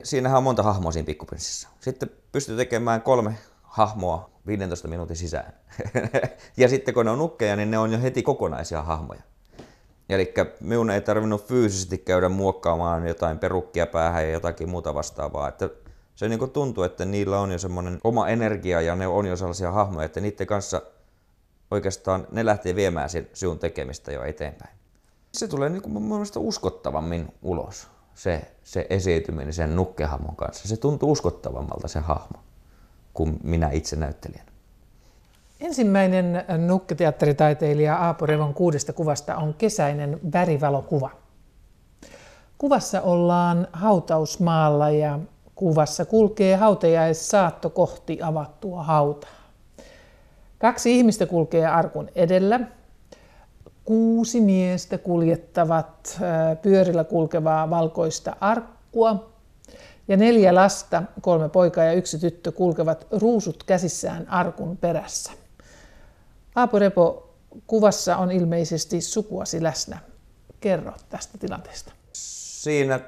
siinähän on monta hahmoa siinä Pikkuprinssissä. Sitten pystyy tekemään 3 hahmoa 15 minuutin sisään. Ja sitten kun ne on nukkeja, niin ne on jo heti kokonaisia hahmoja. Eli minun ei tarvinnut fyysisesti käydä muokkaamaan jotain perukkia päähän ja jotakin muuta vastaavaa. Että se niin kuin tuntuu, että niillä on jo semmoinen oma energia ja ne on jo sellaisia hahmoja, että niiden kanssa oikeastaan ne lähtee viemään sinun tekemistä jo eteenpäin. Se tulee niin kuin mun mielestä uskottavammin ulos, se esiintyminen sen nukkehahmon kanssa. Se tuntuu uskottavammalta se hahmo kuin minä itse näyttelijänä. Ensimmäinen nukketeatteritaiteilija Aapo Revon 6 kuvasta on kesäinen värivalokuva. Kuvassa ollaan hautausmaalla ja kuvassa kulkee hautajaissaatto kohti avattua hautaa. 2 ihmistä kulkee arkun edellä. 6 miestä kuljettavat pyörillä kulkevaa valkoista arkkua. Ja 4 lasta, 3 poikaa ja 1 tyttö, kulkevat ruusut käsissään arkun perässä. Aapo Repo, kuvassa on ilmeisesti sukuasi läsnä. Kerro tästä tilanteesta. Siinä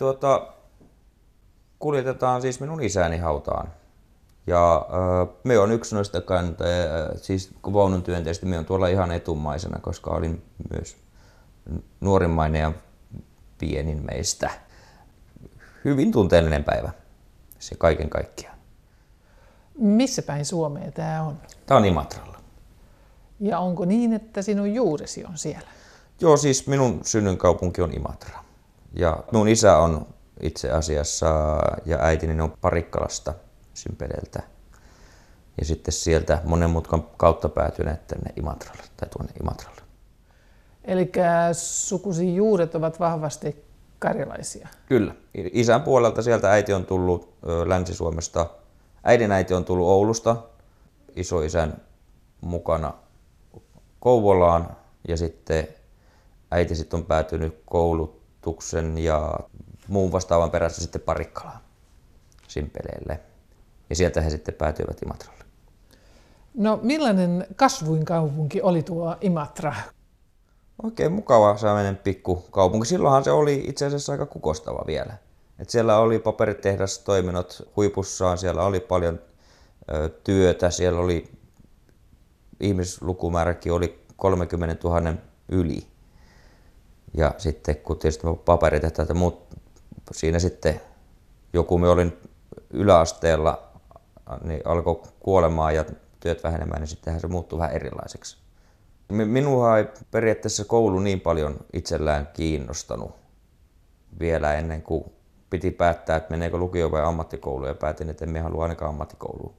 kuljetetaan siis minun isäni hautaan. Ja me on yksi noista siis vaunun työnteistä, me on tuolla ihan etumaisena, koska olin myös nuorimmainen ja pienin meistä. Hyvin tunteellinen päivä, se kaiken kaikkiaan. Missä päin Suomea tämä on? Tämä on Imatralla. Ja onko niin, että sinun juuresi on siellä? Joo, siis minun synnynkaupunki on Imatra. Ja minun isä on itse asiassa ja äitini on Parikkalasta, Simpeleeltä. Ja sitten sieltä monen mutkan kautta päätyneet tänne Imatralle tai tuonne Imatralle. Eli sukusi juuret ovat vahvasti karjalaisia? Kyllä. Isän puolelta sieltä äiti on tullut Länsi-Suomesta. Äidin äiti on tullut Oulusta isoisän mukana Kouvolaan ja sitten äiti sitten on päätynyt koulutuksen ja muun vastaavan perässä sitten Parikkalaan, Simpeleelle. Ja sieltä he sitten päätyivät Imatralle. No millainen kasvuinkaupunki oli tuo Imatra? Oikein mukava sellainen pikkukaupunki. Silloinhan se oli itse asiassa aika kukostava vielä. Et siellä oli paperitehdastoiminnot huipussaan, siellä oli paljon työtä, siellä oli ihmislukumääräkin oli 30 000 yli. Ja sitten kun tietysti paperitehtaat ja muut, siinä sitten joku me olin yläasteella, niin alkoi kuolemaan ja työt vähenemään, niin sittenhän se muuttui vähän erilaiseksi. Minua ei periaatteessa koulu niin paljon itsellään kiinnostanut vielä ennen kuin piti päättää, että meneekö lukio vai ammattikoulu, ja päätin, että en halua ainakaan ammattikouluun.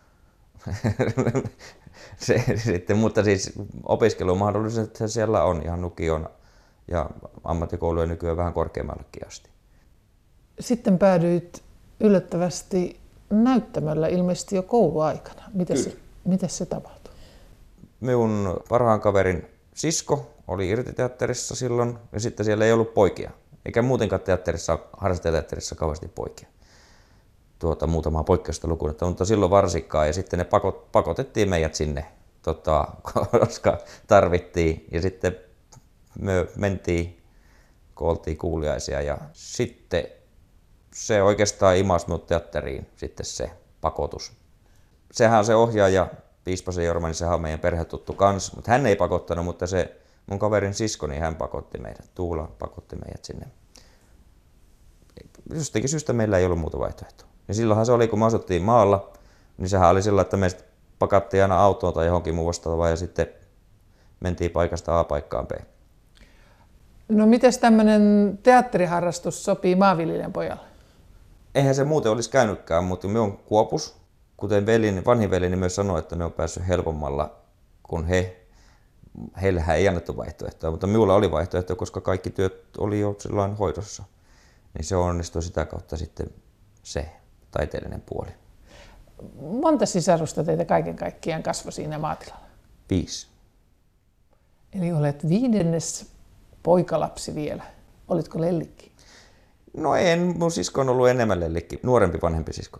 Sitten, mutta siis opiskelumahdollisuudet siellä on ihan lukion ja ammattikoulujen nykyään vähän korkeammallekin asti. Sitten päädyit yllättävästi näyttämöllä ilmeisesti jo kouluaikana. Miten se tapahtui? Minun parhaan kaverin sisko oli irtiteatterissa silloin ja sitten siellä ei ollut poikia. Eikä muutenkaan harrastajateatterissa kauheasti poikia. Muutamaa poikkeusta lukuun, mutta silloin varsinkaan. Ja sitten ne pakotettiin meidät sinne, koska tarvittiin. Ja sitten me mentiin, kun oltiin kuuliaisia. Ja sitten se oikeastaan imasi minut teatteriin, sitten se pakotus. Sehän on se ohjaaja, Piispasen Jorma, niin sehän on meidän perhetuttu kanssa. Mutta hän ei pakottanut, mutta se mun kaverin sisko, niin hän pakotti meidät. Tuula pakotti meidät sinne. Jostakin syystä meillä ei ollut muuta vaihtoehtoa. Ja silloinhan se oli, kun me asuttiin maalla, niin sehän oli sillä, että me pakattiin aina autoon tai johonkin muu vastaavaan ja sitten mentiin paikasta A paikkaan B. No mites tämmöinen teatteriharrastus sopii maanviljelijän pojalle? Eihän se muuten olisi käynytkään, mutta me on Kuopus. Kuten vanhin veljeni myös sanoi, että ne on päässyt helpommalla kuin he. Heillähän ei annettu vaihtoehtoa, mutta minulla oli vaihtoehto, koska kaikki työt oli jo silloin hoidossa. Niin se onnistui sitä kautta sitten se taiteellinen puoli. Monta sisarusta teitä kaiken kaikkiaan kasvoi siinä maatilalla? 5. Eli olet 5. poikalapsi vielä. Olitko lellikki? No en, mun sisko on ollut enemmän lellikki, nuorempi vanhempi sisko.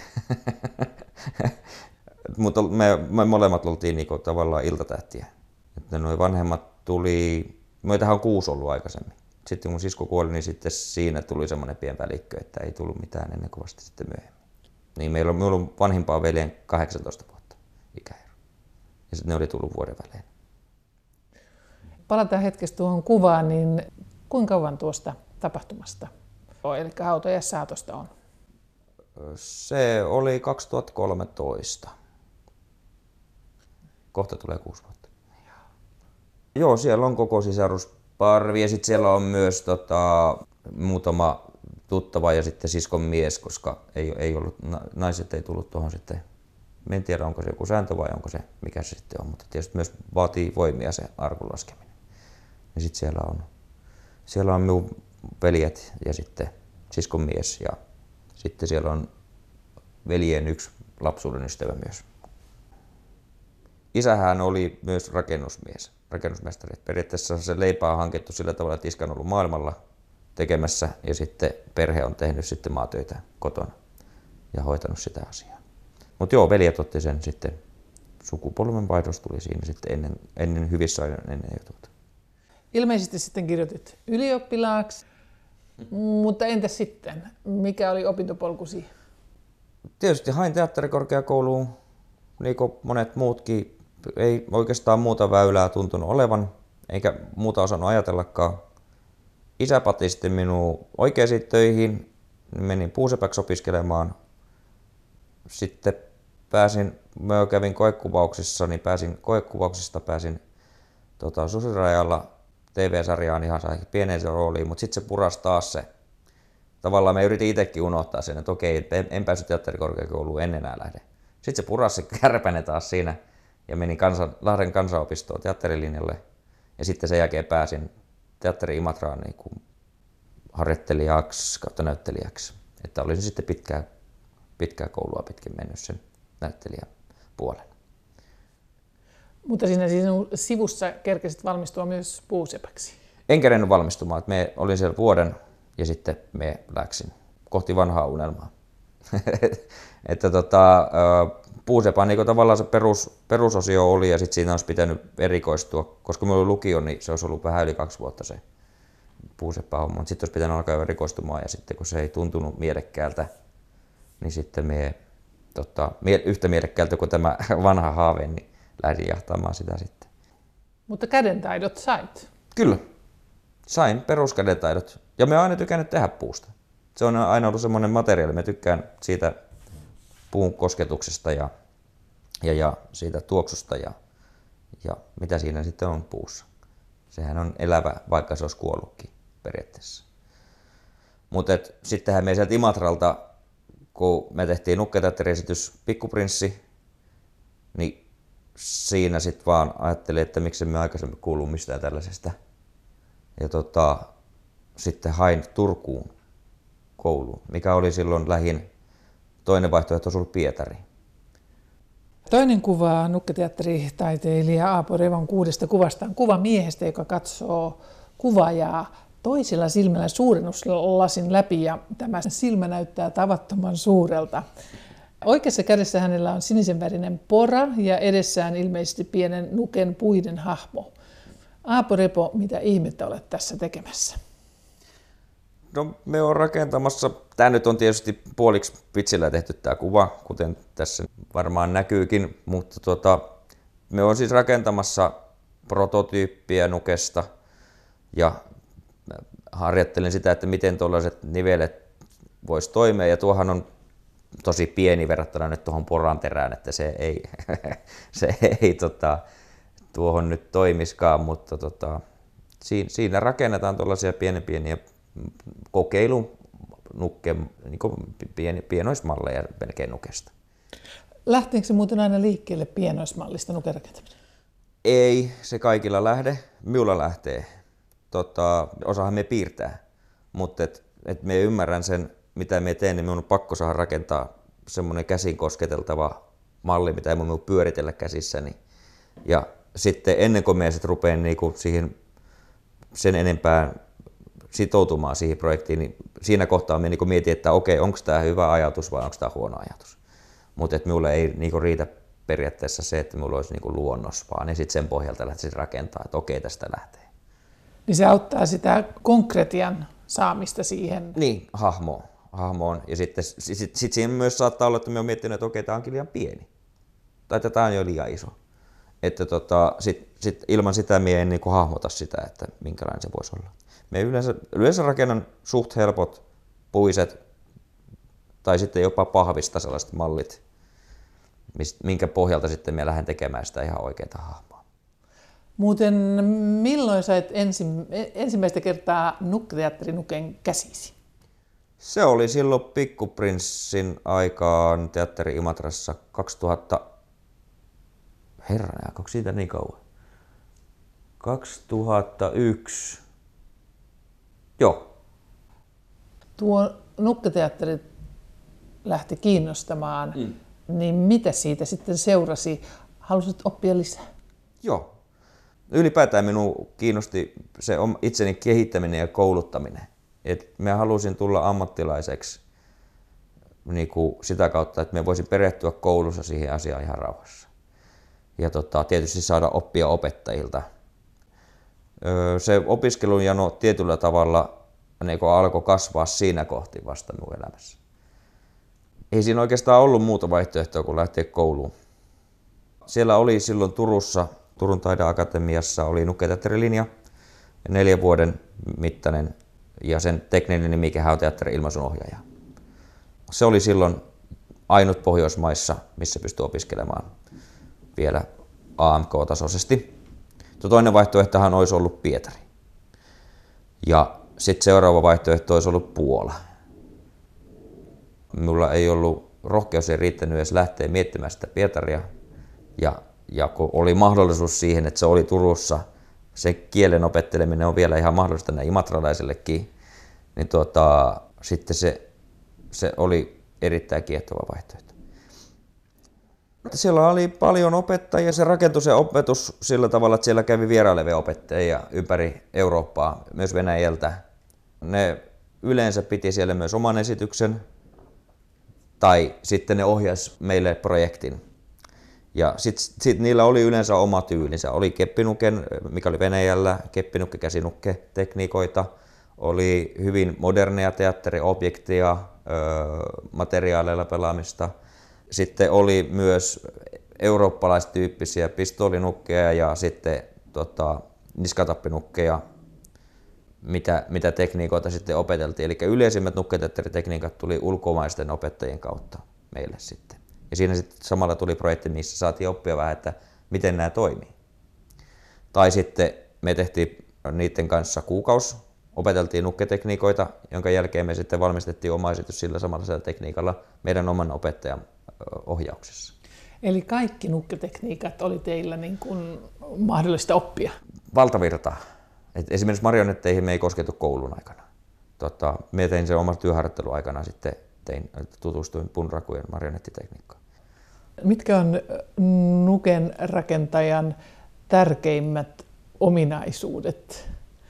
Mutta me molemmat oltiin niinku tavallaan iltatähtiä. Että noi vanhemmat tuli, meitähän on 6 ollut aikaisemmin. sitten kun sisko kuoli, niin sitten siinä tuli semmoinen pieni välikkö, että ei tullut mitään ennen kuin vasta sitten myöhemmin. Niin minulla on vanhimpaa veljen 18 vuotta ikäero. Ja sitten ne oli tullut vuoden välein. Palataan hetkestä tuohon kuvaan, niin kuinka kauan tuosta tapahtumasta, eli hautojen saatosta on? Se oli 2013. Kohta tulee 6 vuotta. Joo, siellä on koko sisarusparvi ja sitten siellä on myös muutama tuttava ja sitten siskon mies, koska ei ollut, naiset ei tullut tuohon sitten. En tiedä, onko se joku sääntö vai onko se mikä se sitten on, mutta tietysti myös vaatii voimia se arkun laskeminen. Ja sitten siellä on minun veljet ja sitten siskon mies ja sitten siellä on veljen yksi lapsuuden ystävä myös. Isähän oli myös rakennusmestari. Periaatteessa se leipää on hankittu sillä tavalla, että iskä on ollut maailmalla tekemässä ja sitten perhe on tehnyt sitten maatöitä kotona ja hoitanut sitä asiaa. Mutta joo, veljet otti sen sitten, sukupolvenvaihdos tuli siinä sitten ennen hyvissä ajoin ennen jo. Ilmeisesti sitten kirjoitit ylioppilaaksi, mutta entäs sitten? Mikä oli opintopolkusi? Tietysti hain teatterikorkeakouluun, niin kuin monet muutkin. Ei oikeastaan muuta väylää tuntunut olevan, eikä muuta osannut ajatellakaan. Isä patisti minua oikeisiin töihin, menin puusepäksi opiskelemaan. Sitten kävin koekuvauksissa, niin pääsin Susirajalla TV-sarjaan ihan sai pieneen rooliin, mutta sitten se purasi taas se. Tavallaan mä yritin itsekin unohtaa sen, että okei, en päässyt teatterikorkeakouluun, en enää lähde. Sitten se purasi se kärpäne taas siinä ja menin Lahden kansanopistoon teatterilinjalle. Ja sitten sen jälkeen pääsin Teatteri Imatraan niin kuin harjoittelijaksi kautta näyttelijäksi. Että olisin sitten pitkää koulua pitkin mennyt sen näyttelijän puolen. Mutta siinä sivussa kerkesit valmistua myös puusepäksi. En kerennyt valmistumaan. Me olin siellä vuoden ja sitten me läksin kohti vanhaa unelmaa. Että puusepä niin tavallaan se perusosio oli ja sitten siinä olisi pitänyt erikoistua. Koska minulla oli lukio, niin se olisi ollut vähän yli 2 vuotta se puusepä-homma. Sitten olisi pitänyt alkaa erikoistumaan ja sitten kun se ei tuntunut mielekkäältä, niin sitten yhtä mielekkäältä kuin tämä vanha haave, niin lähdin jahtaamaan sitä sitten. Mutta kädentaidot sait? Kyllä, sain peruskädentaidot. Ja me oon aina tykännyt tehdä puusta. Se on aina ollut semmoinen materiaali. Mä tykkään siitä puun kosketuksesta ja siitä tuoksusta ja mitä siinä sitten on puussa. Sehän on elävä, vaikka se olisi kuollutkin periaatteessa. Mutta sittenhän me sieltä Imatralta, kun me tehtiin nukketeatteriesitys Pikkuprinssi, niin siinä sitten vaan ajattelin, että miksi me aikaisemmin kuuluu mistään tällaisesta. Ja sitten hain Turkuun kouluun, mikä oli silloin lähin. Toinen vaihtoehto olisi ollut Pietari. Toinen kuva nukketeatteritaiteilija Aapo Revon 6 kuvasta on kuva miehestä, joka katsoo kuvaajaa toisella silmällä suurennuslasin läpi ja tämä silmä näyttää tavattoman suurelta. Oikeassa kädessä hänellä on sinisenvärinen pora ja edessään ilmeisesti pienen nuken puiden hahmo. Aapo Repo, mitä ihmettä olet tässä tekemässä? No, me on rakentamassa, tämä nyt on tietysti puoliksi vitsillä tehty tämä kuva, kuten tässä varmaan näkyykin, mutta me on siis rakentamassa prototyyppiä nukesta ja harjoittelin sitä, että miten tuollaiset nivelet voisi toimia ja tuohan on tosi pieni verrattuna nyt tuohon poran terään, että se ei tuohon nyt toimiskaan, mutta siinä rakennetaan tuollaisia pieniä kokeilunukke, niin pienoismalleja melkein nukesta. Lähteekö se muuten aina liikkeelle pienoismallista nukerakentaminen? Ei se kaikilla lähde, minulla lähtee. Osahan me piirtää, mutta et me ymmärrän sen, mitä me teen, niin minun on pakko saada rakentaa semmoinen käsin kosketeltava malli, mitä ei minun pyöritellä käsissäni. Ja sitten ennen kuin me sitten rupean niinku siihen sen enempää sitoutumaan siihen projektiin, niin siinä kohtaa me niinku mietin, että okei, onko tämä hyvä ajatus vai onko tämä huono ajatus. Mutta minulle ei niinku riitä periaatteessa se, että minulla olisi niinku luonnos, vaan sitten sen pohjalta lähtisin rakentamaan, että okei, tästä lähtee. Niin se auttaa sitä konkretian saamista siihen. Niin, hahmoon. Ja sitten siinä myös saattaa olla, että me on miettinyt, että okei, tämä onkin liian pieni. Tai että tämä on jo liian iso. Että sit ilman sitä me en niin kuin hahmota sitä, että minkälainen se voisi olla. Me yleensä rakennan suht helpot puiset tai sitten jopa pahvista sellaiset mallit, minkä pohjalta sitten me lähden tekemään sitä ihan oikeaa hahmoa. Muuten milloin sait ensimmäistä kertaa Nukketeatteri-nuken käsisi? Se oli silloin Pikkuprinssin aikaan Teatteri Imatrassa 2000. Herranen, onko siitä niin kauan? 2001. Joo. Tuo Nukketeatteri lähti kiinnostamaan, niin mitä siitä sitten seurasi? Halusit oppia lisää? Joo. Ylipäätään minua kiinnosti se itseni kehittäminen ja kouluttaminen. Et mä halusin tulla ammattilaiseksi niin kuin sitä kautta, että me voisin perehtyä koulussa siihen asiaan ihan rauhassa. Ja tietysti saada oppia opettajilta. Se opiskelun jano tietyllä tavalla niin alkoi kasvaa siinä kohti vasta minun elämässä. Ei siinä oikeastaan ollut muuta vaihtoehtoa kuin lähteä kouluun. Siellä oli silloin Turussa, Turun taideakatemiassa oli Nukketeatterilinja, 4 vuoden mittainen, ja sen tekninen nimikin on teatteri-ilmaisunohjaaja. Se oli silloin ainut Pohjoismaissa, missä pystyi opiskelemaan vielä AMK-tasoisesti. Toinen vaihtoehtohan olisi ollut Pietari. Ja sitten seuraava vaihtoehto olisi ollut Puola. Minulla ei ollut rohkeus ei riittänyt edes lähteä miettimään sitä Pietaria. Ja kun oli mahdollisuus siihen, että se oli Turussa, se kielen opetteleminen on vielä ihan mahdollista näin imatralaisellekin, niin sitten se oli erittäin kiehtova vaihtoehto. Siellä oli paljon opettajia, se rakentui se opetus sillä tavalla, että siellä kävi vierailevia opettajia ympäri Eurooppaa, myös Venäjältä. Ne yleensä piti siellä myös oman esityksen, tai sitten ne ohjasi meille projektin. Ja sitten niillä oli yleensä oma tyylinsä. Oli keppinuken, mikä oli Venäjällä, keppinukke, käsinukke tekniikoita. Oli hyvin moderneja teatteriobjekteja, materiaaleilla pelaamista. Sitten oli myös eurooppalaistyyppisiä pistoolinukkeja ja sitten niskatappinukkeja, mitä tekniikoita sitten opeteltiin. Eli yleisimmät nukketeatteritekniikat tuli ulkomaisten opettajien kautta meille sitten. Ja siinä sitten samalla tuli projekti, missä saatiin oppia vähän, että miten nämä toimii. Tai sitten me tehtiin niiden kanssa kuukausi, opeteltiin nukketekniikoita, jonka jälkeen me sitten valmistettiin oma esitys sillä samalla tekniikalla meidän oman opettajan ohjauksessa. Eli kaikki nukketekniikat oli teillä niin kuin mahdollista oppia? Valtavirtaa. Et esimerkiksi marionetteihin me ei kosketu koulun aikana. Me tein sen omassa työharjoitteluaikana sitten tutustuin punrakujen marionettitekniikkaan. Mitkä on nuken rakentajan tärkeimmät ominaisuudet?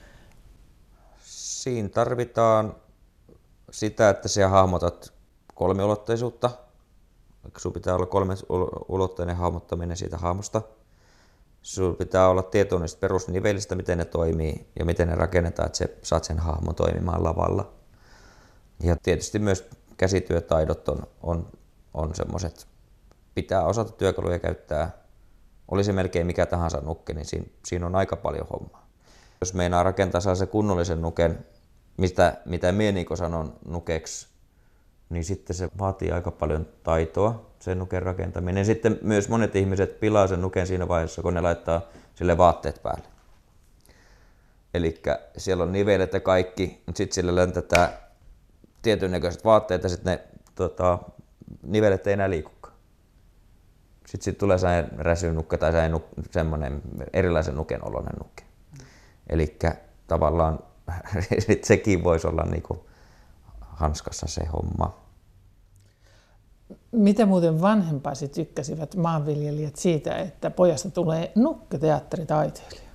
Siinä tarvitaan sitä, että sä hahmotat kolmiulotteisuutta. Sinun pitää olla kolmiulotteinen hahmottaminen siitä hahmosta. Sinulla pitää olla tietoinen niistä perusnivelistä, miten ne toimii ja miten ne rakennetaan, että saat sen hahmon toimimaan lavalla. Ja tietysti myös käsityötaidot on semmoiset, pitää osata työkaluja käyttää. Oli se melkein mikä tahansa nukke, niin siinä on aika paljon hommaa. Jos meinaa rakentaa sellaisen kunnollisen nuken, mitä minä niin sanon nukeksi, niin sitten se vaatii aika paljon taitoa, sen nuken rakentaminen. Sitten myös monet ihmiset pilaa sen nuken siinä vaiheessa, kun ne laittaa sille vaatteet päälle. Eli siellä on nivelet ja kaikki, mutta sitten sille läntetään tietyn näköiset vaatteet ja sitten ne nivelet ei enää liikukaan. Sitten tulee sellainen räsynukke tai semmoinen erilaisen nuken oloinen nukke. Eli tavallaan sekin voisi olla niinku hanskassa se homma. Mitä muuten vanhempasi tykkäsivät maanviljelijät siitä, että pojasta tulee nukketeatteritaiteilija?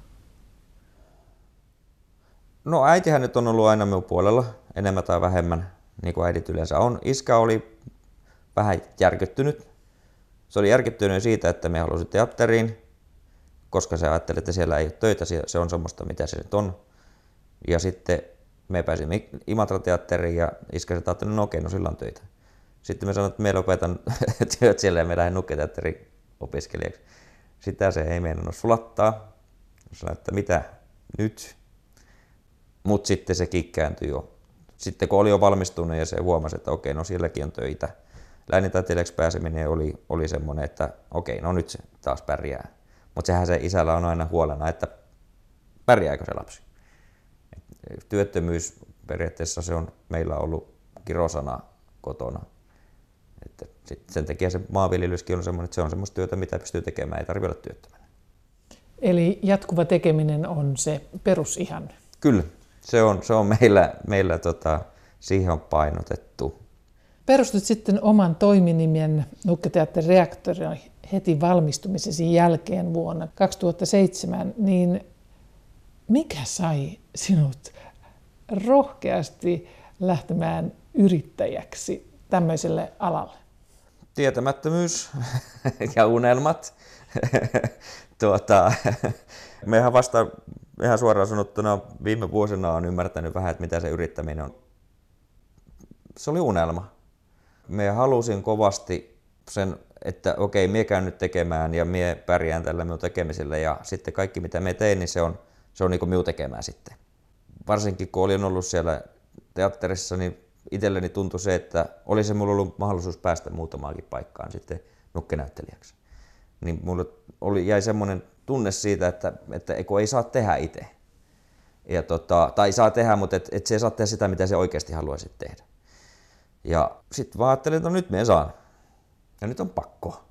No äitihän nyt on ollut aina minun puolella, enemmän tai vähemmän, niin kuin äidit yleensä on. Iskä oli vähän järkyttynyt. Se oli järkyttynyt siitä, että me halusin teatteriin, koska se ajatteli, että siellä ei ole töitä, se on semmoista, mitä se nyt on. Ja sitten me pääsimme Imatra-teatteriin ja iskäiset ajattelivat, no okei, no sillä on töitä. Sitten me sanoin, että meillä opetan työt siellä ja me lähden Nukketeatterin opiskelijaksi. Sitä se ei meinannut sulattaa. Sanoin, että mitä nyt? Mutta sitten se kikkääntyi jo. Sitten kun oli jo valmistunut ja se huomasi, että okei, no sielläkin on töitä. Läänintaiteilijaksi pääseminen oli semmoinen, että okei, no nyt se taas pärjää. Mutta sehän se isällä on aina huolena, että pärjääkö se lapsi. Työttömyys periaatteessa se on meillä ollut kirosana kotona. Että sen takia se maanviljelyskin on semmoinen, että se on semmoista työtä, mitä pystyy tekemään, ei tarvitse olla työttömänä. Eli jatkuva tekeminen on se perusihanne. Kyllä, se on meillä siihen on painotettu. Perustit sitten oman toiminimen Nukketeatterin reaktoriin heti valmistumisesi jälkeen vuonna 2007, niin mikä sai sinut rohkeasti lähtemään yrittäjäksi tämmöiselle alalle? Tietämättömyys ja unelmat. Mehän vasta ihan suoraan sanottuna viime vuosina on ymmärtänyt vähän, että mitä se yrittäminen on. Se oli unelma. Me halusin kovasti sen, että okei, mie käyn nyt tekemään ja mie pärjään tällä minun tekemisellä ja sitten kaikki mitä me tein, niin se on niin kuin minun tekemään sitten. Varsinkin kun olin ollut siellä teatterissa, niin itselleni tuntui se, että olisi minulla ollut mahdollisuus päästä muutamaankin paikkaan sitten nukkenäyttelijäksi. Niin mulle jäi semmoinen tunne siitä, että ei saa tehdä itse. Ja tai saa tehdä, mutta et se ei saa tehdä sitä, mitä se oikeasti haluaisi tehdä. Ja sitten vaan ajattelin, että no nyt me saan. Ja nyt on pakko.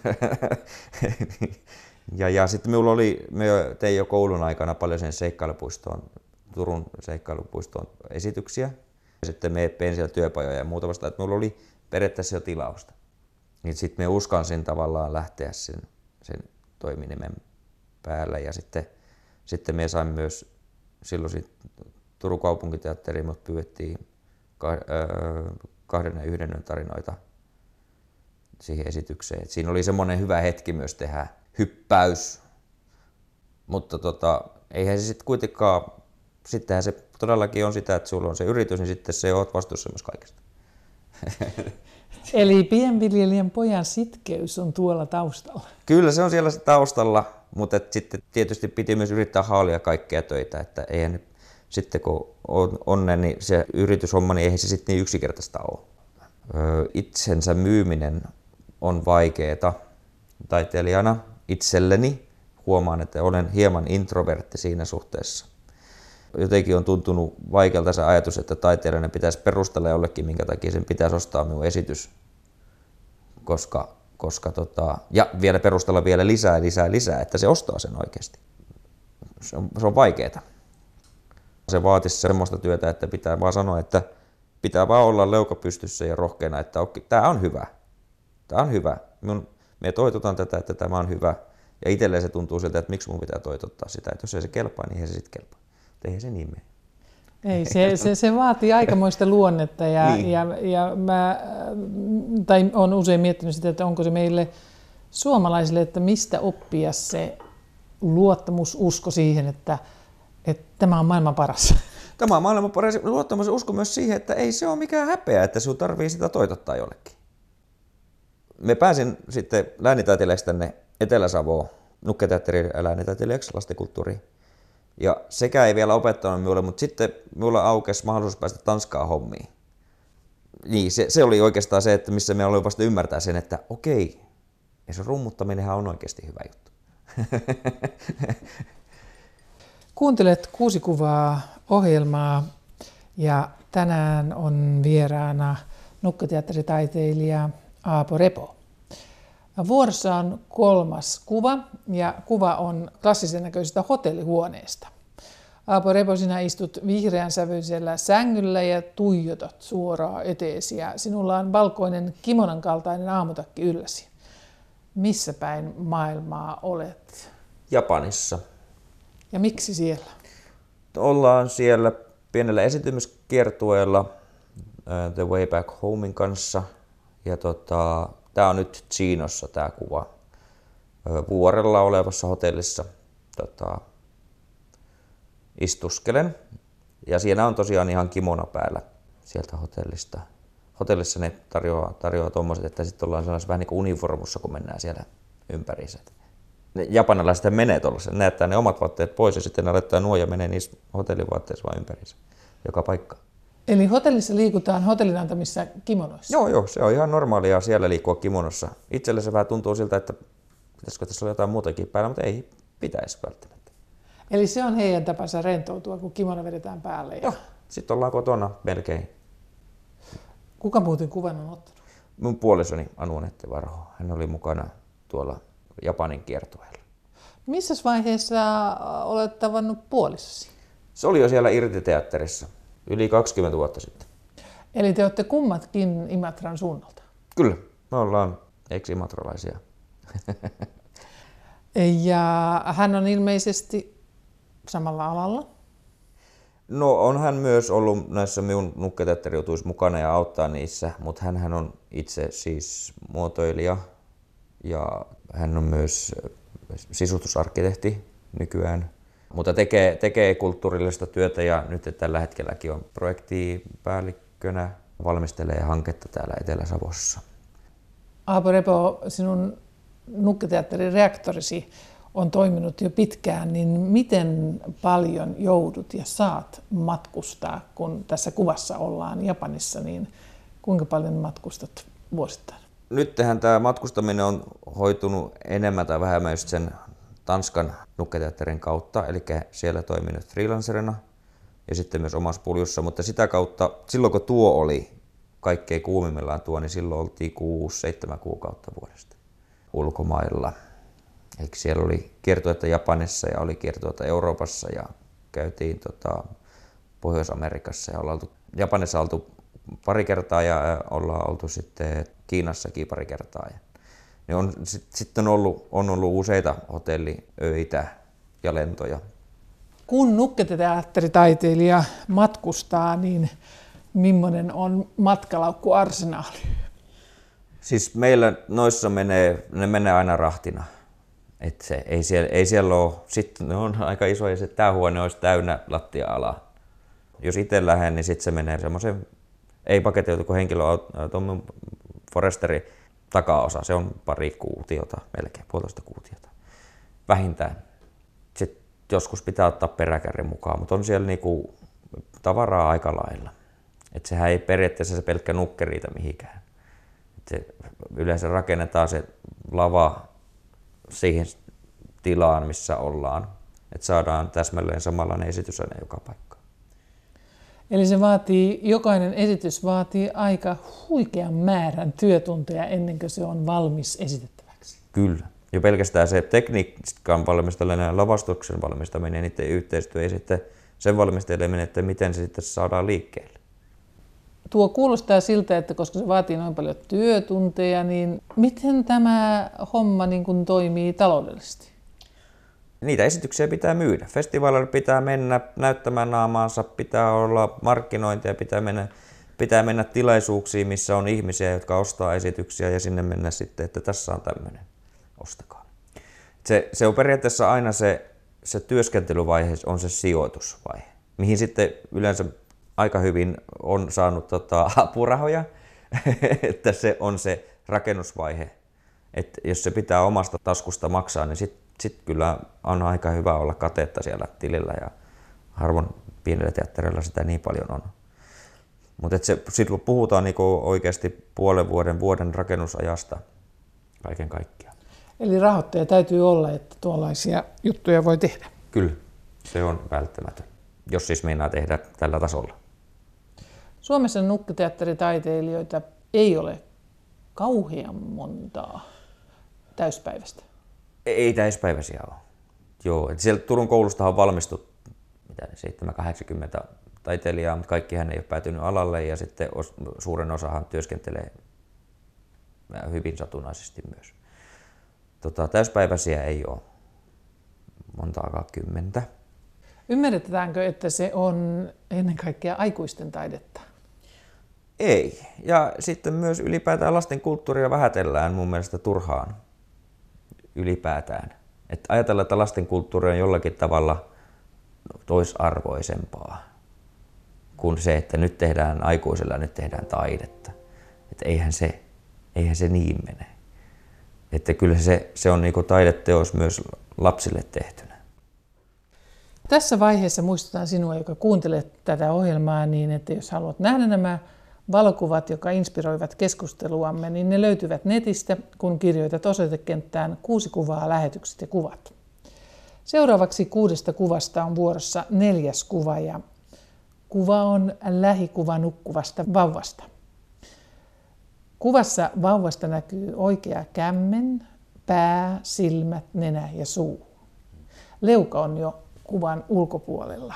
ja sitten me tein jo koulun aikana paljon sen Turun seikkailupuistoon esityksiä. Ja sitten me pein siellä työpajoja ja muuta vasta, että minulla oli periaatteessa jo tilausta. Niin sitten me uskalsin tavallaan lähteä sen toiminimen päällä. Ja sitten me sain myös silloin Turun kaupunkiteatteriin, mutta pyydettiin 2 ja 1 tarinoita siihen esitykseen. Et siinä oli semmoinen hyvä hetki myös tehdä hyppäys, mutta eihän se sitten kuitenkaan, sittenhän se todellakin on sitä, että sulla on se yritys, niin sitten se oot vastuussa myös kaikesta. Eli pienviljelijän pojan sitkeys on tuolla taustalla. Kyllä se on siellä taustalla, mutta sitten tietysti piti myös yrittää haalia kaikkea töitä, että eihän sitten kun on niin se yrityshomma, niin eihän se sitten niin yksinkertaista ole. Itsensä myyminen on vaikeeta taiteilijana itselleni. Huomaan, että olen hieman introvertti siinä suhteessa. Jotenkin on tuntunut vaikealta se ajatus, että taiteilijana pitäisi perustella jollekin, minkä takia sen pitäisi ostaa minun esitys. Ja vielä perustella vielä lisää, että se ostaa sen oikeasti. Se on vaikeeta. Se vaatisi semmoista työtä, että pitää vaan sanoa, että pitää vaan olla leuka pystyssä ja rohkeana, että tämä on hyvä. Tämä on hyvä. Me toitotan tätä, että tämä on hyvä. Ja itselleen se tuntuu siltä, että miksi minun pitää toitottaa sitä. Että jos ei se kelpaa, niin eihän se sitten kelpaa. Eihän se niin mene. Ei, se vaatii aikamoista luonnetta ja mä olen usein miettinyt sitä, että onko se meille suomalaisille, että mistä oppia se luottamus, usko siihen, että tämä on maailman paras. Tämä on maailman paras. Luottamus ja usko myös siihen, että ei se ole mikään häpeä, että sinun tarvitsee sitä toitottaa jollekin. Me pääsin sitten läänintaiteilijaksi tänne Etelä-Savoon, Nukketeatterin läänintaiteilijaksi lastenkulttuuriin. Ja sekä ei vielä opettanut minulle, mutta sitten minulla aukesi mahdollisuus päästä Tanskaan hommiin. Niin, se oli oikeastaan se, että missä me olin vasta ymmärtää sen, että okei, ja se rummuttaminenhan on oikeasti hyvä juttu. Kuuntelet 6 kuvaa ohjelmaa ja tänään on vieraana nukketeatteritaiteilija Aapo Repo. Vuorossa on 3. kuva ja kuva on klassisen näköisestä hotellihuoneesta. Aapo Repo, sinä istut vihreän sävyisellä sängyllä ja tuijotat suoraan eteesi ja sinulla on valkoinen kimonan kaltainen aamutakki ylläsi. Missä päin maailmaa olet? Japanissa. Ja miksi siellä? Ollaan siellä pienellä esitymiskiertueella The Way Back Homein kanssa. Ja tämä on nyt Chinossa tämä kuva. Vuorella olevassa hotellissa istuskelen. Ja siinä on tosiaan ihan kimono päällä sieltä hotellista. Hotellissa ne tarjoaa tuommoiset, että sitten ollaan sellaisessa vähän niin kuin uniformussa, kun mennään siellä ympäriinsä. Ne japanilaiset menee tuollaisen, ne jättää ne omat vaatteet pois ja sitten ne laittaa nuo ja menee niissä hotellivaatteissa vaan ympäriinsä, joka paikka. Eli hotellissa liikutaan hotellin antamissa kimonoissa? Joo, se on ihan normaalia siellä liikkua kimonossa. Itselle se vähän tuntuu siltä, että pitäisikö tässä olla jotain muutakin päällä, mutta ei pitäisi välttämättä. Eli se on heidän tapansa rentoutua, kun kimono vedetään päälle? Joo, sitten ollaan kotona melkein. Kuka muuten kuvan on ottanut? Mun puolisoni Anuanette Varho, hän oli mukana tuolla Japanin kiertueella. Missä vaiheessa olet tavannut puolisosi? Se oli jo siellä Irtiteatterissa, yli 20 vuotta sitten. Eli te olette kummatkin Imatran suunnalta? Kyllä, me ollaan ex-imatralaisia. Ja hän on ilmeisesti samalla alalla? No on hän myös ollut näissä minun nukketeatterijutuissa mukana ja auttaa niissä, mutta hän on itse siis muotoilija ja hän on myös sisustusarkkitehti nykyään. Mutta tekee kulttuurillista työtä ja nyt tällä hetkelläkin on projektipäällikkönä, valmistelee hanketta täällä Etelä-Savossa. Aapo Repo, sinun nukketeatterin reaktorisi on toiminut jo pitkään, niin miten paljon joudut ja saat matkustaa, kun tässä kuvassa ollaan Japanissa, niin kuinka paljon matkustat vuosittain? Nythän tämä matkustaminen on hoitunut enemmän tai vähemmän just sen Tanskan nukketeatterin kautta, eli siellä toimin nyt freelancerina ja sitten myös omassa puljussa, mutta sitä kautta, silloin kun tuo oli kaikkein kuumimmillaan niin silloin oltiin 6-7 kuukautta vuodesta ulkomailla. Eli siellä oli kiertueita Japanissa ja oli kiertueita Euroopassa ja käytiin Pohjois-Amerikassa ja ollaan oltu Japanissa oltu pari kertaa ja ollaan oltu sitten Kiinassakin pari kertaa. Ja on sitten on ollut useita hotelliöitä ja lentoja. Kun nukketeatteritaiteilija matkustaa, niin millainen on matkalaukkuarsenaali? Siis meillä noissa ne menee aina rahtina. Et ei siellä ole, sitten ne on aika isoja, että tämä huone olisi täynnä lattia-alaa. Jos itse lähden, niin sitten se menee semmoisen, ei paketoitu kuin tuommoinen Foresteri takaosa, se on pari kuutiota, melkein 1,5 kuutiota, vähintään. Sitten joskus pitää ottaa peräkärry mukaan, mutta on siellä niinku tavaraa aika lailla. Et sehän ei periaatteessa se pelkkä nukke riitä mihinkään. Yleensä rakennetaan se lava siihen tilaan, missä ollaan, että saadaan täsmälleen samanlainen esitys aina joka paikkaan. Eli jokainen esitys vaatii aika huikean määrän työtunteja ennen kuin se on valmis esitettäväksi. Kyllä. Jo pelkästään se tekniikan valmistaminen ja lavastuksen valmistaminen, niiden yhteistyö ja sitten sen valmisteleminen, että miten se sitten saadaan liikkeelle. Tuo kuulostaa siltä, että koska se vaatii noin paljon työtunteja, niin miten tämä homma niin kuin toimii taloudellisesti? Niitä esityksiä pitää myydä. Festivaaleille pitää mennä näyttämään naamaansa, pitää olla markkinointia, pitää mennä tilaisuuksiin, missä on ihmisiä, jotka ostaa esityksiä ja sinne mennä sitten, että tässä on tämmöinen, ostakaa. Se on periaatteessa aina se työskentelyvaihe, on se sijoitusvaihe, mihin sitten yleensä aika hyvin on saanut apurahoja, että se on se rakennusvaihe. Että jos se pitää omasta taskusta maksaa, niin sit kyllä on aika hyvä olla katetta siellä tilillä ja harvoin pienellä teatterilla sitä niin paljon on. Mutta silloin puhutaan niinku oikeasti vuoden rakennusajasta kaiken kaikkiaan. Eli rahoittaja täytyy olla, että tuollaisia juttuja voi tehdä. Kyllä, se on välttämätön, jos siis meinaa tehdä tällä tasolla. Suomessa nukketeatteritaiteilijoita ei ole kauhean montaa täyspäiväistä. Ei täyspäiväisiä ole. Joo, sieltä Turun koulusta on valmistu 780 taiteilijaa, mutta kaikkihan ei ole päätynyt alalle ja sitten suuren osahan työskentelee hyvin satunnaisesti myös. Täyspäiväisiä ei ole montaakaan kymmentä. Ymmärretäänkö, että se on ennen kaikkea aikuisten taidetta? Ei. Ja sitten myös ylipäätään lasten kulttuuria vähätellään mun mielestä turhaan ylipäätään. Että ajatellaan, että lasten kulttuuri on jollakin tavalla toisarvoisempaa. kuin se, että nyt tehdään aikuisella ja nyt tehdään taidetta. Että eihän se niin mene. Että kyllä se on niinku taideteos myös lapsille tehtynä. Tässä vaiheessa muistutan sinua, joka kuuntelet tätä ohjelmaa, niin että jos haluat nähdä nämä valokuvat, jotka inspiroivat keskusteluamme, niin ne löytyvät netistä, kun kirjoitat osoitekenttään 6 kuvaa, lähetykset ja kuvat. Seuraavaksi 6 kuvasta on vuorossa 4. kuva ja kuva on lähikuva nukkuvasta vauvasta. Kuvassa vauvasta näkyy oikea kämmen, pää, silmät, nenä ja suu. Leuka on jo kuvan ulkopuolella.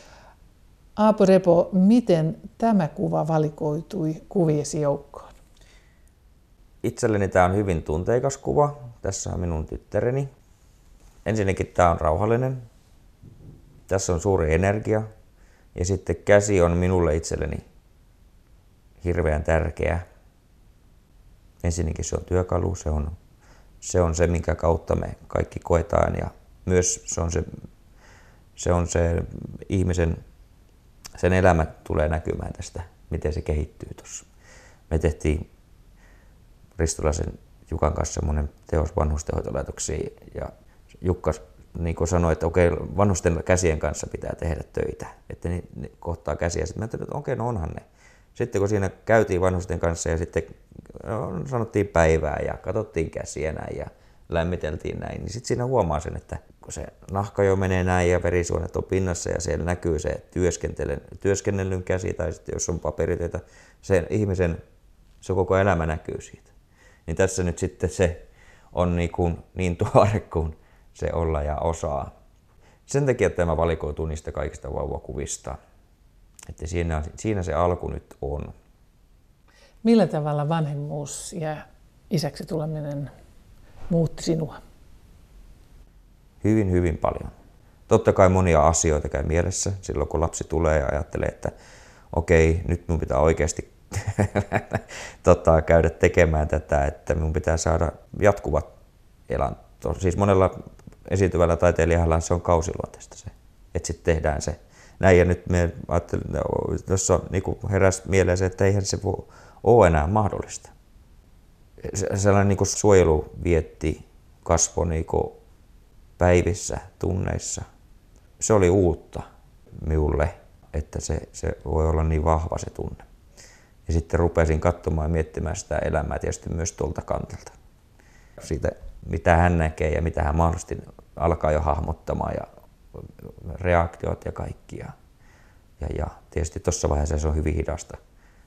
Aapo Repo, miten tämä kuva valikoitui kuviesi joukkoon? Itselleni tämä on hyvin tunteikas kuva. Tässä on minun tyttäreni. Ensinnäkin tämä on rauhallinen. Tässä on suuri energia. Ja sitten käsi on minulle itselleni hirveän tärkeä. Ensinnäkin se on työkalu. Se on se, minkä kautta me kaikki koetaan. Ja myös se on se ihmisen, sen elämä tulee näkymään tästä, miten se kehittyy tuossa. Me tehtiin Ristolaisen Jukan kanssa semmoinen teos vanhustenhoitolaitoksiin ja Jukka niin sanoi, että okei, vanhusten käsien kanssa pitää tehdä töitä, että ne kohtaa käsiä. Sitten mä ajattelin, että okei, no onhan ne. Sitten kun siinä käytiin vanhusten kanssa ja sitten sanottiin päivää ja katsottiin käsiä näin ja lämmiteltiin näin, niin sitten siinä huomaa sen, että kun se nahka jo menee näin ja verisuonet on pinnassa ja siellä näkyy se työskennellyn käsi tai sitten jos on paperitöitä, sen ihmisen se koko elämä näkyy siitä. Niin tässä nyt sitten se on niin tuore kuin se olla ja osaa. Sen takia tämä valikoituu niistä kaikista vauvakuvista. Että siinä se alku nyt on. Millä tavalla vanhemmuus ja isäksi tuleminen muutti sinua? Hyvin, hyvin paljon. Totta kai monia asioita käy mielessä silloin, kun lapsi tulee ja ajattelee, että okei, nyt mun pitää oikeasti käydä tekemään tätä, että mun pitää saada jatkuvat elanto. Siis monella esiintyvällä taiteilijalla se on kausiluonteista se, että sitten tehdään se. Näin ja nyt me ajattelin, tuossa heräsi mieleen se, että eihän se ole enää mahdollista. Sellainen suojeluvietti kasvoi päivissä, tunneissa. Se oli uutta minulle, että se voi olla niin vahva se tunne. Ja sitten rupesin katsomaan ja miettimään sitä elämää tietysti myös tuolta kantilta. Siitä, mitä hän näkee ja mitä hän mahdollisesti alkaa jo hahmottamaan ja reaktiot ja kaikki. Ja tietysti tuossa vaiheessa se on hyvin hidasta.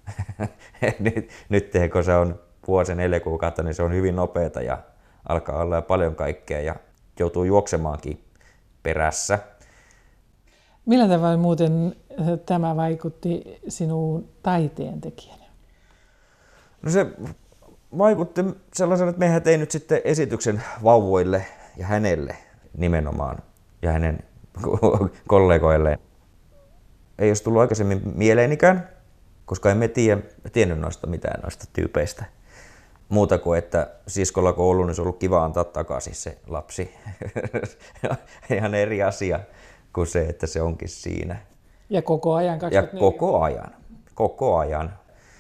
nyt kun se on vuosi 4 kuukautta, niin se on hyvin nopeata ja alkaa olla paljon kaikkea ja joutuu juoksemaankin perässä. Millä tavalla muuten tämä vaikutti sinuun taiteentekijänä? No se vaikutti sellaisena, että mehän tein nyt sitten esityksen vauvoille ja hänelle nimenomaan ja hänen kollegoilleen. Ei olisi tullut aikaisemmin mieleenikään, koska emme tiennyt mitään noista tyypeistä. Muuta kuin, että siskolla kun on ollut, niin se on ollut kiva antaa takaisin se lapsi. Ihan eri asia kuin se, että se onkin siinä. Ja koko ajan 24? Ja koko ajan.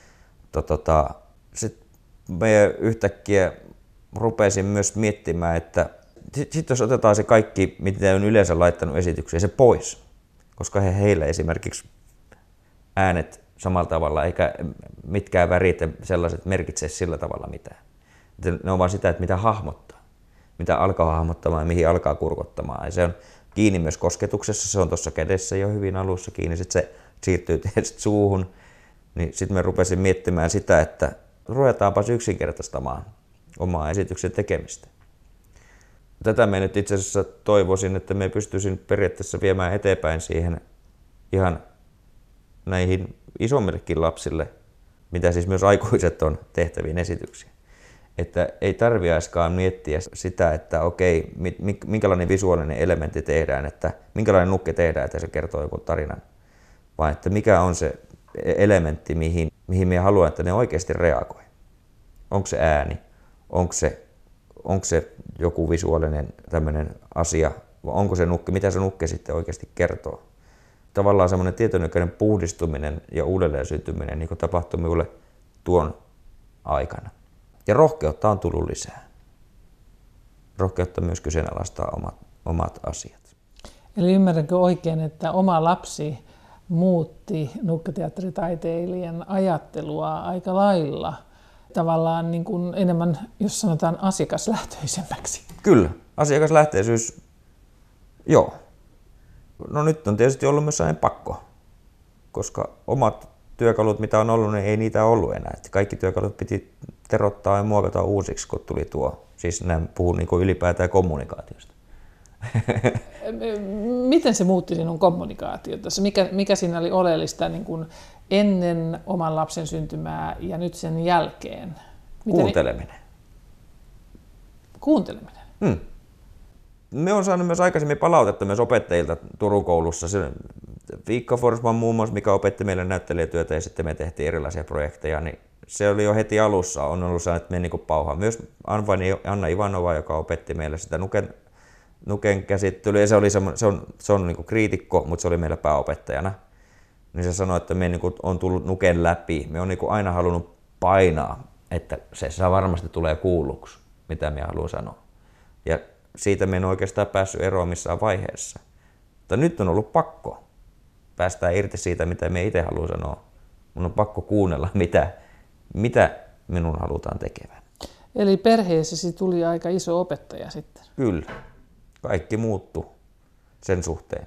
Sitten me yhtäkkiä rupesin myös miettimään, että sitten jos otetaan se kaikki, mitä on yleensä laittanut esitykseen, se pois. Koska heillä esimerkiksi äänet samalla tavalla, eikä mitkään värit ja sellaiset merkitse sillä tavalla mitään. Ne on vaan sitä, että mitä hahmottaa, mitä alkaa hahmottamaan ja mihin alkaa kurkottamaan. Ja se on kiinni myös kosketuksessa, se on tuossa kädessä jo hyvin alussa kiinni, sitten se siirtyy tietysti suuhun. Niin sitten me rupesin miettimään sitä, että ruvetaanpas yksinkertaistamaan omaa esityksen tekemistä. Tätä me nyt itse asiassa toivoisin, että me pystyisin periaatteessa viemään eteenpäin siihen ihan näihin isommillekin lapsille, mitä siis myös aikuiset on tehtäviin esityksiin. Että ei tarvitsekaan miettiä sitä, että okei, minkälainen visuaalinen elementti tehdään, että minkälainen nukke tehdään, että se kertoo joku tarinan. Vaan että mikä on se elementti, mihin me haluan, että ne oikeasti reagoi. Onko se ääni, onko se joku visuaalinen tämmöinen asia, vai onko se nukke, mitä se nukke sitten oikeasti kertoo. tavallaan semmoinen tietynlainen puhdistuminen ja uudelleen syntyminen niin tapahtui minulle tuon aikana. Ja rohkeutta on tullut lisää. Rohkeutta myös kyseenalaistaa omat asiat. Eli ymmärränkö oikein, että oma lapsi muutti nukketeatteritaiteilijan ajattelua aika lailla tavallaan niin kuin enemmän, jos sanotaan asiakaslähtöisemmäksi? Kyllä, asiakaslähtöisyys, joo. No nyt on tietysti ollut myös sellainen pakko, koska omat työkalut, mitä on ollut, niin ei niitä ollut enää. Että kaikki työkalut piti terottaa ja muokata uusiksi, kun tuli tuo. Siis nämä puhun niin kuin ylipäätään kommunikaatiosta. Miten se muutti sinun kommunikaatiota? Mikä siinä oli oleellista niin kuin ennen oman lapsen syntymää ja nyt sen jälkeen? Kuunteleminen. Kuunteleminen? Me on saanut myös aikaisemmin palautetta myös opettajilta Turun koulussa. Viikka Forsman muun muassa, mikä opetti meille näyttelijätyötä ja sitten me tehtiin erilaisia projekteja, niin se oli jo heti alussa, on ollut sellainen, että me niin pauhaa. Myös Anna Ivanova, joka opetti meille sitä nuken käsittelyä, ja se on niin kuin kriitikko, mutta se oli meillä pääopettajana. Niin se sanoi, että me niin kuin on tullut nuken läpi. Me on niin kuin aina halunnut painaa, että se varmasti tulee kuulluksi, mitä me haluan sanoa. Ja siitä me en oikeastaan päässyt eroon missään vaiheessa. Mutta nyt on ollut pakko päästään irti siitä, mitä me itse haluan sanoa. Mun on pakko kuunnella, mitä minun halutaan tekevän. Eli perheessäsi tuli aika iso opettaja sitten? Kyllä. Kaikki muuttui sen suhteen.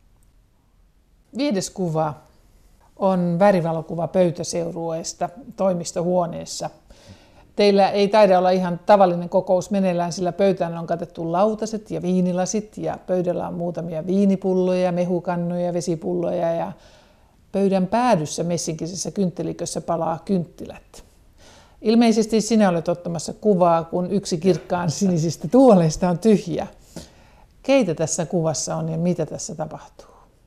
5. kuva on värivalokuva pöytäseurueesta toimistohuoneessa. Teillä ei taida olla ihan tavallinen kokous meneillään, sillä pöytään on katettu lautaset ja viinilasit ja pöydällä on muutamia viinipulloja, mehukannoja, vesipulloja ja pöydän päädyssä messinkisessä kynttiläkössä palaa kynttilät. Ilmeisesti sinä olet ottamassa kuvaa, kun yksi kirkkaan sinisistä tuoleista on tyhjä. Keitä tässä kuvassa on ja mitä tässä tapahtuu?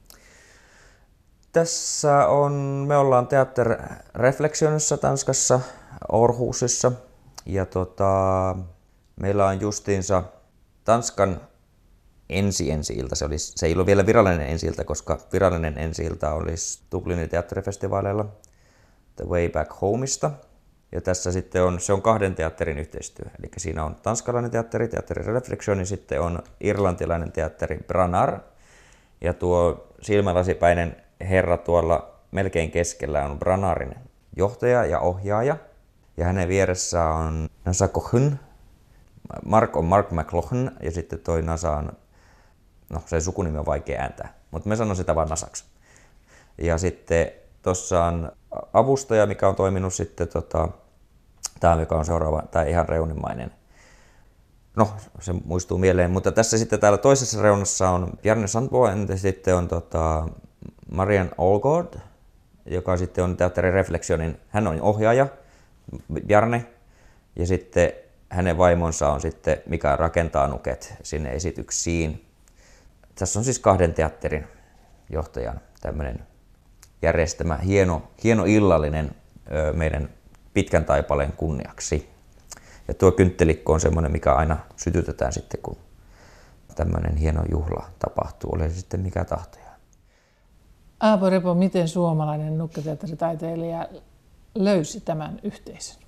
Me ollaan Teater Reflektionissa Tanskassa, Aarhusissa. Ja meillä on justiinsa Tanskan ensi-ilta. Se ei ollut vielä virallinen ensi-ilta, koska virallinen ensi-ilta olisi Dublinin teatterifestivaaleilla The Way Back Homeista. Ja tässä sitten se on 2 teatterin yhteistyö. Eli siinä on tanskalainen teatteri, Teater Reflection, ja sitten on irlantilainen teatteri Brannar. Ja tuo silmälasipäinen herra tuolla melkein keskellä on Brannarin johtaja ja ohjaaja. Ja hänen vieressä on Nasa Kohn. Mark on Mark McLaughlin ja sitten toi Nasa on, sen sukunimi on vaikea ääntää, mutta me sanon sitä vaan Nasaksi. Ja sitten tuossa on avustaja, mikä on toiminut sitten, tämä mikä on seuraava, tai ihan reunimainen. No, se muistuu mieleen, mutta tässä sitten täällä toisessa reunassa on Bjarne Sandbo, ja sitten on Marian Olgård, joka sitten on Teatteri Reflektionin, hän on ohjaaja, Bjarne, ja sitten hänen vaimonsa on sitten, mikä rakentaa nuket sinne esityksiin. Tässä on siis 2 teatterin johtajan tämmöinen järjestämä hieno illallinen meidän pitkän taipaleen kunniaksi. Ja tuo kynttilikko on semmoinen, mikä aina sytytetään sitten, kun tämmöinen hieno juhla tapahtuu, oli se sitten mikä tahtoja. Aapo Repo, miten suomalainen nukketeatteritaiteilija löysi tämän yhteisön?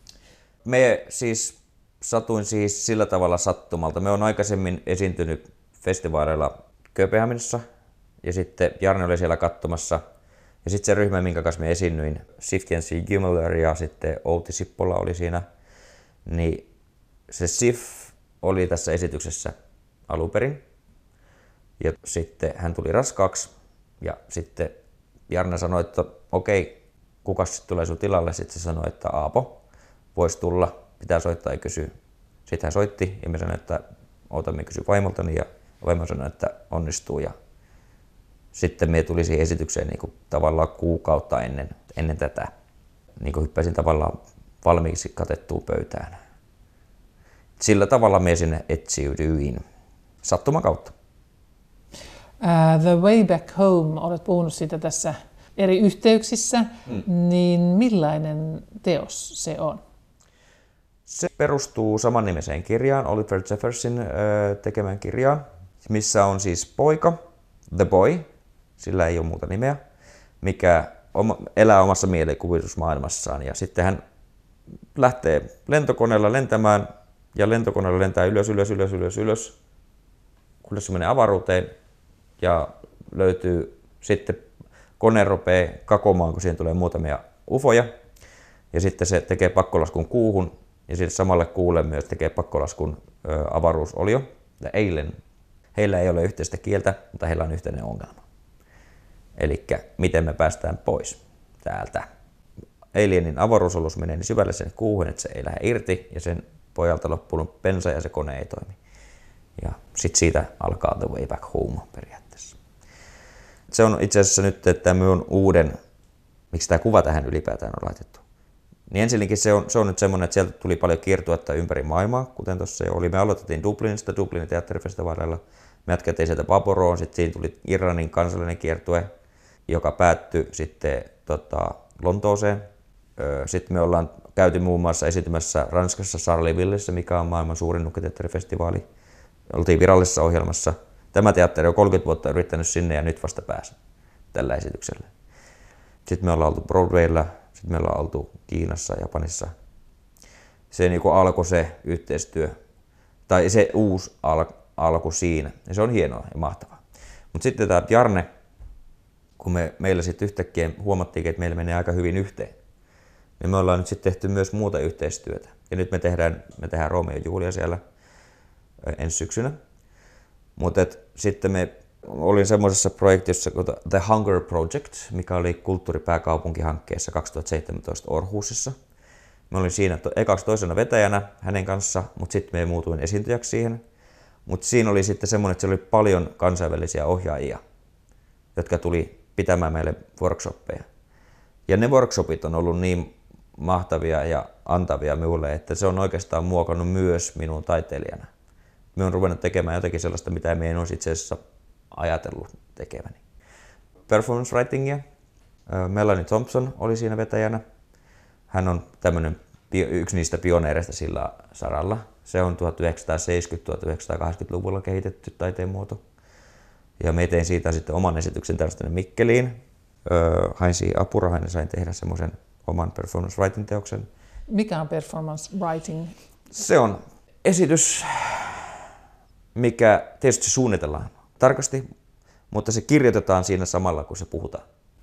Satuin sillä tavalla sattumalta. Me on aikaisemmin esiintynyt festivaaleilla Kööpenhaminassa ja sitten Jarne oli siellä katsomassa. Ja sitten se ryhmä, minkä kanssa me esiinnyin, Siftiensi Gimler ja sitten Outi Sippola oli siinä, niin se Sif oli tässä esityksessä alun perin. Ja sitten hän tuli raskaaksi ja sitten Jarne sanoi, että okei, kukas sitten tulee sun tilalle? Sitten se sanoi, että Aapo voisi tulla, pitää soittaa ja kysyä. Sitten hän soitti ja me sanoin, että otamme kysy vaimoltani ja vaimo sanoi, että onnistuu. Ja sitten me tuli siihen esitykseen niin kuin tavallaan kuukautta ennen tätä. Niin kuin hyppäsin tavallaan valmiiksi katettuun pöytään. Sillä tavalla me sinne etsiydyin sattuman kautta. The Way Back Home, olet puhunut siitä tässä eri yhteyksissä, niin millainen teos se on? Se perustuu samannimiseen kirjaan, Oliver Jeffersin tekemään kirjaan, missä on siis poika, The Boy, sillä ei ole muuta nimeä, mikä elää omassa mielikuvitusmaailmassaan. Ja sitten hän lähtee lentokoneella lentämään ja lentokoneella lentää ylös, kunnes se menee avaruuteen ja löytyy sitten kone rupeaa kakomaan, kun siihen tulee muutamia ufoja. Ja sitten se tekee pakkolaskun kuuhun ja sille samalle kuulle myös tekee pakkolaskun avaruusolio. Ja eilen heillä ei ole yhteistä kieltä, mutta heillä on yhteinen ongelma. Eli miten me päästään pois täältä. Alienin avaruusolus menee niin syvälle sen kuuhun, että se ei lähde irti ja sen pojalta loppunut bensa ja se kone ei toimi. Ja sitten siitä alkaa the way back home periaatteessa. Se on itse asiassa nyt, että minun uuden, miksi tämä kuva tähän ylipäätään on laitettu. Niin ensinnäkin se on nyt semmoinen, että sieltä tuli paljon kiertuetta ympäri maailmaa, kuten tuossa jo oli. Me aloitettiin Dublinista, Dublinin teatterifestivaalilla. Me jatkettiin sieltä Baboroon, sitten siinä tuli Irlannin kansallinen kiertue, joka päättyi sitten Lontooseen. Sitten me ollaan käyty muun muassa esitymässä Ranskassa Charlevillessä, mikä on maailman suurin nukketeatterifestivaali. Oltiin virallisessa ohjelmassa. Tämä teatteri on 30 vuotta yrittänyt sinne ja nyt vasta pääsi tällä esityksellä. Sitten me ollaan oltu Broadwaylla, sitten me ollaan oltu Kiinassa ja Japanissa. Se niin kuin alkoi se yhteistyö, tai se uusi alku siinä. Ja se on hienoa ja mahtavaa. Mutta sitten tämä Bjarne, kun meillä sitten yhtäkkiä huomattiin, että meillä menee aika hyvin yhteen, niin me ollaan nyt sitten tehty myös muuta yhteistyötä. Ja nyt me tehdään Romeo ja Julia siellä ensi syksynä. Mutta sitten me olin semmoisessa projektissa kuin The Hunger Project, mikä oli kulttuuripääkaupunkihankkeessa 2017 Århusissa. Mä olin siinä ekaksi toisena vetäjänä hänen kanssa, mutta sitten me muutuin esiintyjäksi siihen. Mutta siinä oli sitten semmoinen, että siellä oli paljon kansainvälisiä ohjaajia, jotka tuli pitämään meille workshoppeja. Ja ne workshopit on ollut niin mahtavia ja antavia minulle, että se on oikeastaan muokannut myös minun taiteilijana. Me on ruvennut tekemään jotakin sellaista, mitä me en olisi itse asiassa ajatellut tekeväni. Performance writingia. Melanie Thompson oli siinä vetäjänä. Hän on yksi niistä pioneereista sillä saralla. Se on 1970-1980-luvulla kehitetty taiteen muoto. Ja me tein siitä sitten oman esityksen tänne Mikkeliin. Hain siihen apurahan ja sain tehdä semmoisen oman performance writing teoksen. Mikä on performance writing? Se on esitys, mikä tietysti suunnitellaan tarkasti, mutta se kirjoitetaan siinä samalla, kun se puhutaan.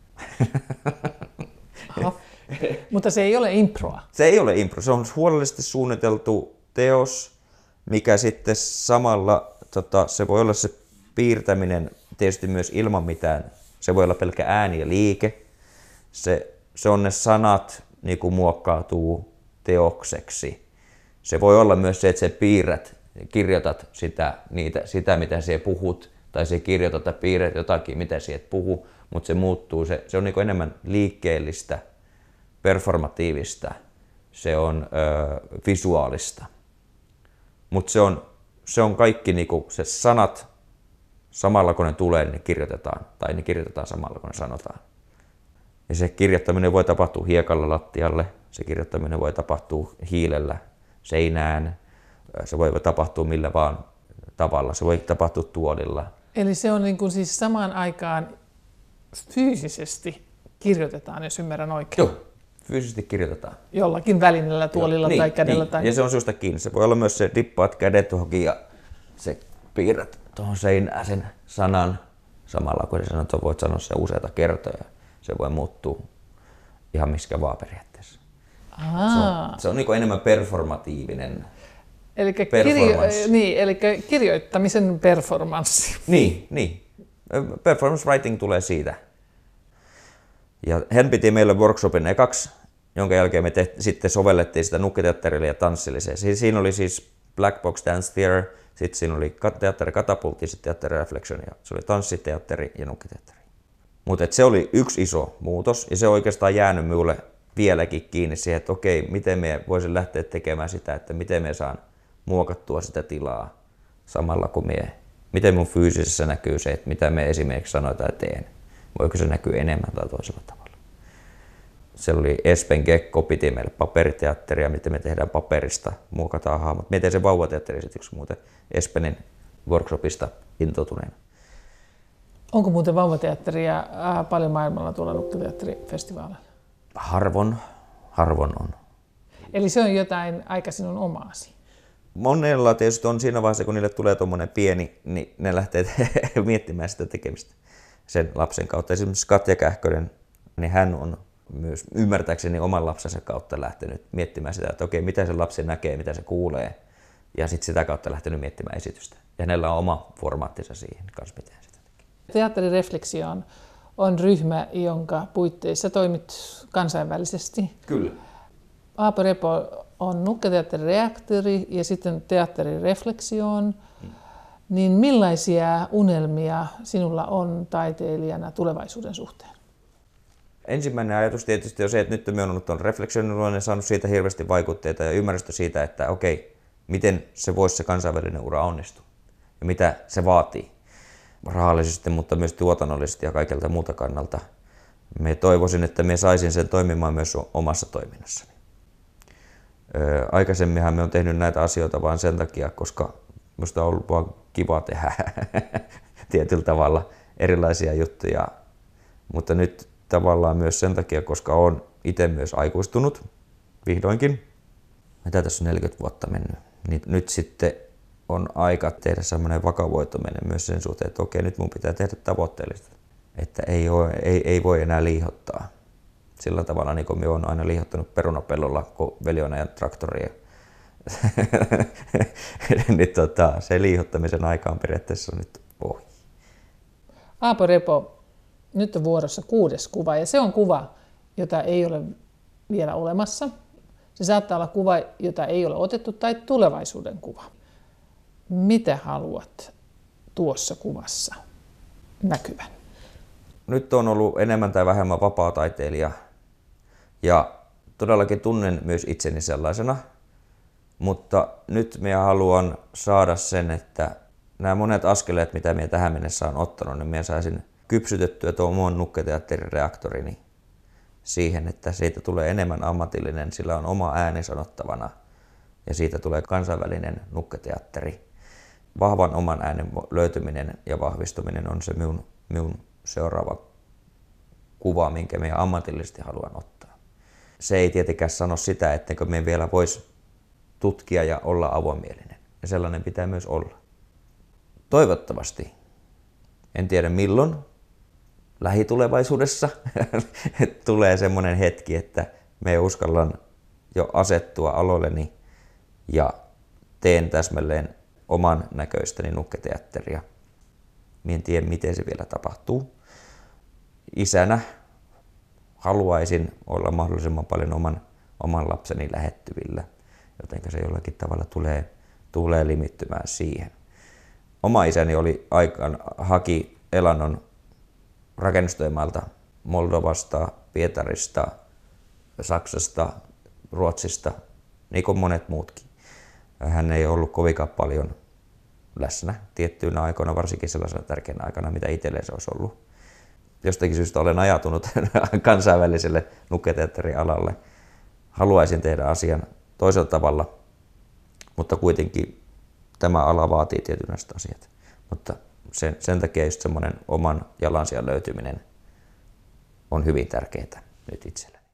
Mutta se ei ole improa. Se ei ole impro. Se on huolellisesti suunniteltu teos, mikä sitten samalla, se voi olla se piirtäminen tietysti myös ilman mitään. Se voi olla pelkkä ääni ja liike. Se on ne sanat niin kuin muokkautuu teokseksi. Se voi olla myös se, että sä kirjoitat sitä, mitä sä puhut, tai sä kirjoitat tai piirrät jotakin, mitä sä et puhu, mutta se muuttuu. Se on niin kuin enemmän liikkeellistä, performatiivista, se on visuaalista. Mutta se on kaikki niinku se sanat, samalla kun ne tulee, niin ne kirjoitetaan, tai ne kirjoitetaan samalla kun ne sanotaan. Ja se kirjoittaminen voi tapahtua hiekalla lattialle, se kirjoittaminen voi tapahtua hiilellä seinään, se voi tapahtua millä vaan tavalla, se voi tapahtua tuolilla. Eli se on niin kuin siis samaan aikaan fyysisesti kirjoitetaan, jos ymmärrän oikein. Joo, fyysisesti kirjoitetaan. Jollakin välineellä, tuolilla tai kädellä. Niin. Tai... Ja se on susta kiinni. Se voi olla myös se, dippaat kädet tuohonkin ja se piirrät tuohon seinään sen sanan. Samalla kun sanot, voit sanoa se useita kertoja. Se voi muuttua ihan miskä vaan periaatteessa. Se on niin kuin enemmän performatiivinen. Eli kirjoittamisen performanssi. Niin. Performance writing tulee siitä. Ja hän piti meille workshopin ekaksi, jonka jälkeen me sitten sovellettiin sitä nukketeatterille ja tanssille. Siinä oli siis Black Box Dance Theater, sitten siinä oli teatteri Katapultti, sitten teatteri Reflection, ja se oli tanssiteatteri ja nukketeatteri. Mutta se oli yksi iso muutos, ja se on oikeastaan jäänyt minulle vieläkin kiinni siihen, että okei, miten me voisin lähteä tekemään sitä, että miten me saan muokattua sitä tilaa samalla kun miten mun fyysisessä näkyy se, että mitä me esimerkiksi sanotaan ja teen. Voiko se näkyä enemmän tai toisella tavalla. Siellä oli Espen Gekko, piti meille paperiteatteria, miten me tehdään paperista, muokataan hahmot. Miten se vauvateatteriesitys muuten Espenin workshopista intoutuneena. Onko muuten vauvateatteria paljon maailmalla tuolla Nukketeatterifestivaaleilla? Harvoin on. Eli se on jotain aika sinun omaasi? Monella tietysti on siinä vaiheessa, kun niille tulee tuommoinen pieni, niin ne lähtee miettimään sitä tekemistä sen lapsen kautta. Esimerkiksi Katja Kähkönen, niin hän on myös ymmärtääkseni oman lapsensa kautta lähtenyt miettimään sitä, että okei, mitä se lapsi näkee, mitä se kuulee, ja sitten sitä kautta lähtenyt miettimään esitystä. Ja hänellä on oma formaattinsa siihen kanssa, miten sitä tekee. Teatterirefleksio on ryhmä, jonka puitteissa toimit kansainvälisesti. Kyllä. Aapo Repo on Nukketeatterin reaktori ja sitten teatterirefleksioon. Niin millaisia unelmia sinulla on taiteilijana tulevaisuuden suhteen? Ensimmäinen ajatus tietysti on se, että nyt me on ollut tuon refleksioon ja saanut siitä hirveästi vaikutteita ja ymmärrystä siitä, että okei, miten se voisi se kansainvälinen ura onnistua ja mitä se vaatii rahallisesti, mutta myös tuotannollisesti ja kaikelta muuta kannalta. Me toivoisin, että me saisin sen toimimaan myös omassa toiminnassani. Aikaisemminhan me on tehnyt näitä asioita vain sen takia, koska minusta on ollut vaan kiva tehdä tietyllä tavalla erilaisia juttuja, mutta nyt tavallaan myös sen takia, koska olen itse myös aikuistunut vihdoinkin. Mitä tässä on 40 vuotta mennyt, niin nyt sitten on aika tehdä semmoinen vakavoituminen myös sen suhteen, että okei, nyt mun pitää tehdä tavoitteellista, että ei voi enää liihottaa. Sillä tavalla niin kuin minä olen aina liihottanut perunapellolla, kun veli on ajanut traktoria. Niin se liihottamisen aika on periaatteessa nyt ohi. Aapo Repo, nyt on vuorossa 6. kuva ja se on kuva, jota ei ole vielä olemassa. Se saattaa olla kuva, jota ei ole otettu tai tulevaisuuden kuva. Mitä haluat tuossa kuvassa näkyvän? Nyt on ollut enemmän tai vähemmän vapaa-taiteilija ja todellakin tunnen myös itseni sellaisena, mutta nyt minä haluan saada sen, että nämä monet askeleet, mitä minä tähän mennessä olen ottanut, niin minä saisin kypsytettyä tuon oman Nukketeatterin reaktorini siihen, että siitä tulee enemmän ammatillinen, sillä on oma ääni sanottavana ja siitä tulee kansainvälinen nukketeatteri. Vahvan oman äänen löytyminen ja vahvistuminen on se minun seuraava kuva, minkä minä ammatillisesti haluan ottaa. Se ei tietenkään sano sitä, etteikö minä vielä voisi tutkia ja olla avomielinen. Ja sellainen pitää myös olla. Toivottavasti, en tiedä milloin, lähitulevaisuudessa tulee semmoinen hetki, että me uskallan jo asettua aloilleni ja teen täsmälleen oman näköistäni nukketeatteria. Minä en tiedä, miten se vielä tapahtuu. Isänä haluaisin olla mahdollisimman paljon oman lapseni lähettyvillä, joten se jollakin tavalla tulee limittymään siihen. Oma isäni haki elannon rakennustyömaalta Moldovasta, Pietarista, Saksasta, Ruotsista, niin kuin monet muutkin. Hän ei ollut kovinkaan paljon läsnä tiettyinä aikoina, varsinkin sellaisena tärkeänä aikana, mitä itselleen se olisi ollut. Jostakin syystä olen ajatunut kansainväliselle nukketeatterialalle. Haluaisin tehdä asian toisella tavalla, mutta kuitenkin tämä ala vaatii tietynäistä asiat. Mutta sen takia just semmoinen oman jalansijan löytyminen on hyvin tärkeää nyt itselle.